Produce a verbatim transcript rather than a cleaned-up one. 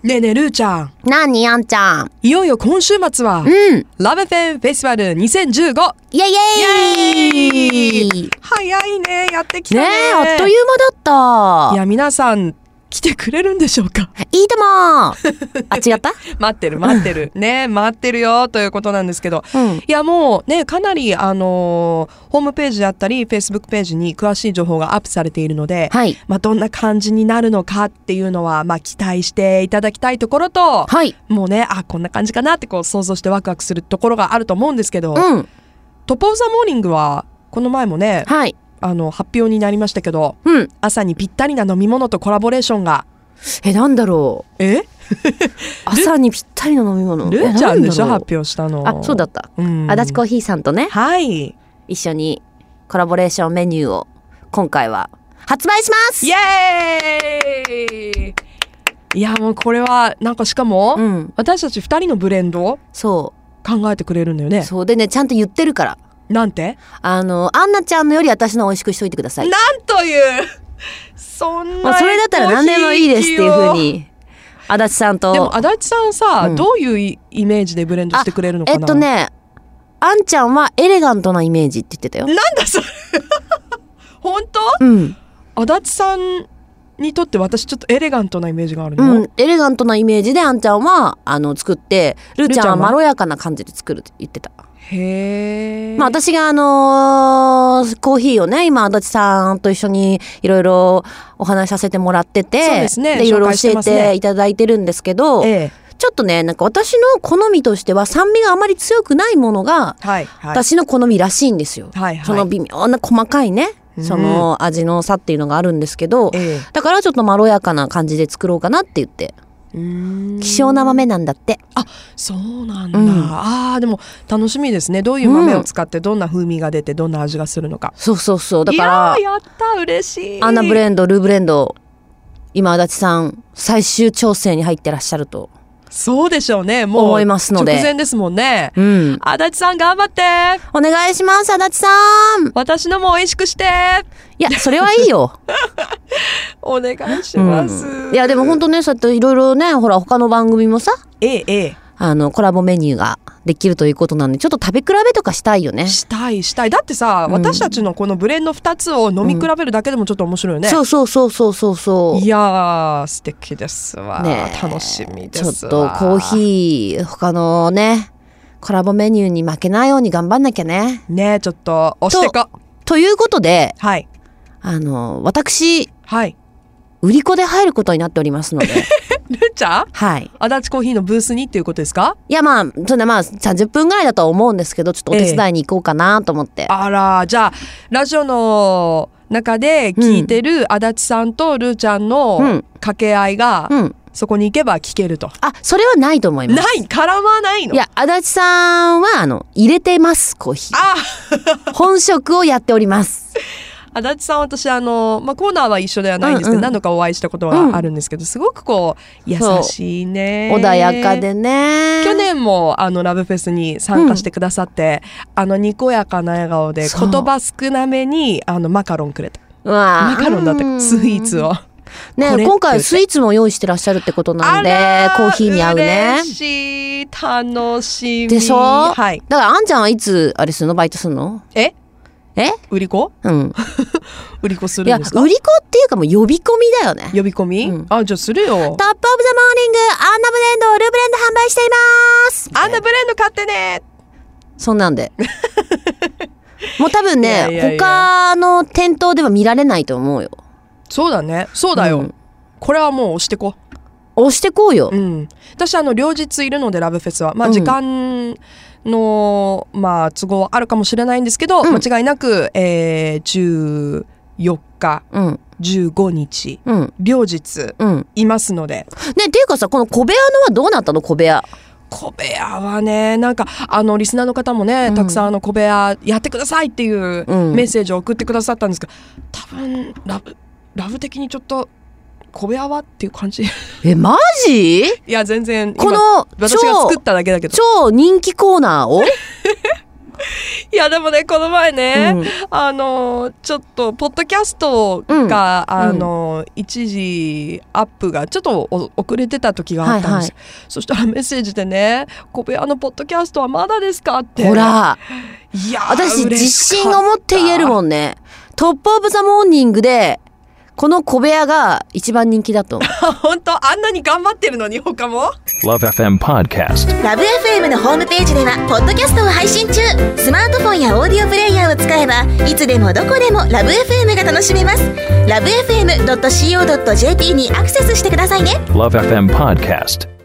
ねえねえルーちゃん、 なにあんちゃん、 いよいよ今週末は、 うん、 ラブフェンフェスティバルにせんじゅうご、 イエイイエイ。 早いね、やってきたね。 ねえ、あっという間だった。 いや、皆さん来てくれるんでしょうか。 いいともあ、違った待ってる待ってるね、待ってるよということなんですけど、 うん、 いやもうね、かなりあのー、ホームページだったり Facebook ページに詳しい情報がアップされているので、 はい、 まあ、どんな感じになるのかっていうのは、まあ、期待していただきたいところと、 はい、 もうね、あ、こんな感じかなってこう想像してワクワクするところがあると思うんですけど、 うん、 トップオブザモーニングはこの前もね、 はい、 あの発表になりましたけど、 うん、 朝にぴったりな飲み物とコラボレーションが、 え、なんだろう。 え朝にぴったりの飲み物。 ルーちゃんでしょ、発表したの。 あ、そうだった、うん、足立コーヒーさんとね、 はい、 一緒にコラボレーションメニューを今回は発売します。 イエーイ。いやもうこれはなんかしかも、うん、私たちふたりのブレンドをそう考えてくれるんだよね。 そうでね、ちゃんと言ってるから。 なんて、 あのアンナちゃんのより私の美味しくしといてください。 なんというそんな、 まあ、それだったら何でもいいですっていう風に足立さんと。 でも足立さんさ、うん、どういうイメージでブレンドしてくれるのかな。 えっとね、あんちゃんはエレガントなイメージって言ってたよ。 なんだそれ本当？ うん、 足立さんにとって私ちょっとエレガントなイメージがあるの、 うん、エレガントなイメージであんちゃんはあの作って、ルーちゃんはまろやかな感じで作るって言ってた。 へー、 まあ、私があのー、コーヒーをね、今足立さんと一緒にいろいろお話しさせてもらってて、 そうですね、 でいろいろ教えていただいてるんですけど、 ええ、 ちょっとね、なんか私の好みとしては酸味があまり強くないものが、はいはい、私の好みらしいんですよ、はいはい、その微妙な細かいね、その味の差っていうのがあるんですけど、ええ、だからちょっとまろやかな感じで作ろうかなって言って。うーん、希少な豆なんだって。 あ、そうなんだ、うん、あー、でも楽しみですね。どういう豆を使ってどんな風味が出てどんな味がするのか、うん、 そうそうそう。だからいやー、やった嬉しい。 アンナブレンド、ルーブレンド、今足立さん最終調整に入ってらっしゃると。 そうでしょうね。もう思いますので直前ですもんね、 うん、 足立さん頑張って、 お願いします。足立さん、 私のも美味しくして。 いや、それはいいよお願いします、 うん、いやでも本当ね、そうやっていろいろね、ほら他の番組もさ、 ええええ、 あのコラボメニューができるということなんで、ちょっと食べ比べとかしたいよね。 したいしたい。だってさ、うん、私たちのこのブレンドふたつを飲み比べるだけでもちょっと面白いよね、 うん、そうそうそうそうそうそう。 いやー素敵ですわ、ね、楽しみですわ。 ちょっとコーヒー他のねコラボメニューに負けないように頑張んなきゃね。 ね、ちょっと押してこ。 と, ということで、 はい、あの私、 はい、 売り子で入ることになっておりますのでルーちゃん、 はい、 足立コーヒーのブースにっていうことですか。 いや、まあそんなまあさんじゅっぷんぐらいだとは思うんですけど、ちょっとお手伝いに行こうかなと思って、ええ、 あら、じゃあラジオの中で聞いてる足立さんとルーちゃんの掛け合いが、うんうん、そこに行けば聞けると。 あ、それはないと思います。 ない、絡まないの。 いや、足立さんはあの入れてます、コーヒー。あ本職をやっております足立さん、私あの、まあ、コーナーは一緒ではないんですけど、うんうん、何度かお会いしたことはあるんですけど、うん、すごくこう優しいね、 穏やかでね。 去年もあのラブフェスに参加してくださって、うん、あのにこやかな笑顔で言葉少なめにあのマカロンくれた。 うわ、 マカロンだってスイーツをね、今回スイーツも用意してらっしゃるってことなんで、コーヒーに合うね。 嬉しい、楽しみでしょ、 はい、 だからあんちゃんはいつあれするの、バイトするの？ ええ売り子？うん売り子するんですか？ いや、売り子っていうかもう呼び込みだよね。 呼び込み、うん、あ、じゃあするよ。トップオブザモーニングアンナブレンド、ルーブレンド販売しています。 アンナブレンド買ってね。 そんなんでもう多分ね、いやいやいや、他の店頭では見られないと思うよ。そうだね、 そうだよ、うん、これはもう押してこ押してこうよ、 うん、私あの両日いるのでラブフェスは、まあ、時間の、うん、まあ、都合はあるかもしれないんですけど、うん、間違いなく、えー、じゅうよっか、うん、じゅうごにち、うん、両日いますので、 ね、っていうかさ、この小部屋のはどうなったの？小部屋小部屋はね、なんかあのリスナーの方もね、うん、たくさんあの小部屋やってくださいっていうメッセージを送ってくださったんですけど、多分ラブラブ的にちょっと小部屋はっていう感じ。 え、マジ？ いや全然、 この私が作っただけだけど、 超人気コーナーをいいやでもねこの前ね、うん、あのちょっとポッドキャストが、うん、あの、うん、一時アップがちょっと遅れてた時があったんです、はいはい、そしたらメッセージでね小部屋のポッドキャストはまだですかって。 ほらいや私自信を持って言えるもんね。トップオブザモーニングでこの小部屋が一番人気だと本当あんなに頑張ってるのに他も Love エフエム Podcast Love エフエム のホームページではポッドキャストを配信中。スマートフォンやオーディオプレイヤーを使えばいつでもどこでも Love エフエム が楽しめます。 ラブエフエムドットシーオードットジェーピー にアクセスしてくださいね。 Love エフエム Podcast